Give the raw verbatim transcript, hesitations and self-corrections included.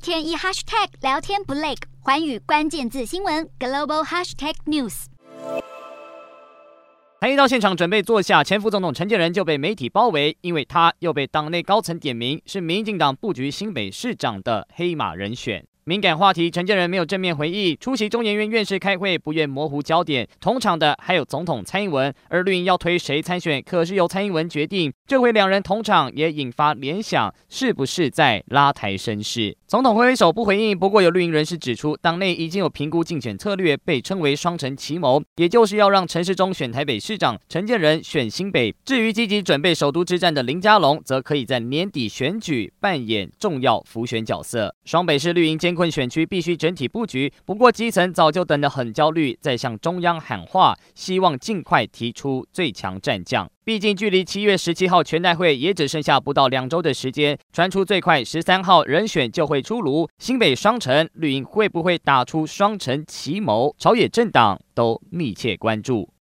天一 hashtag 聊天不累，寰宇关键字新闻 global hashtag news。 才一到现场准备坐下，前副总统陈建仁就被媒体包围，因为他又被党内高层点名是民进党布局新北市长的黑马人选。敏感话题，陈建仁没有正面回应。出席中研院院士开会，不愿模糊焦点。同场的还有总统蔡英文，而绿营要推谁参选，可是由蔡英文决定。这回两人同场，也引发联想，是不是在拉抬声势？总统挥挥手不回应。不过有绿营人士指出，党内已经有评估竞选策略，被称为双城奇谋，也就是要让陈时中选台北市长，陈建仁选新北。至于积极准备首都之战的林佳龙，则可以在年底选举扮演重要辅选角色。双北市绿营艰困选区必须整体布局，不过基层早就等得很焦虑，在向中央喊话，希望尽快提出最强战将。毕竟距离七月十七号全代会也只剩下不到两周的时间，传出最快十三号人选就会出炉。新北双城绿营会不会打出双城奇谋？朝野政党都密切关注。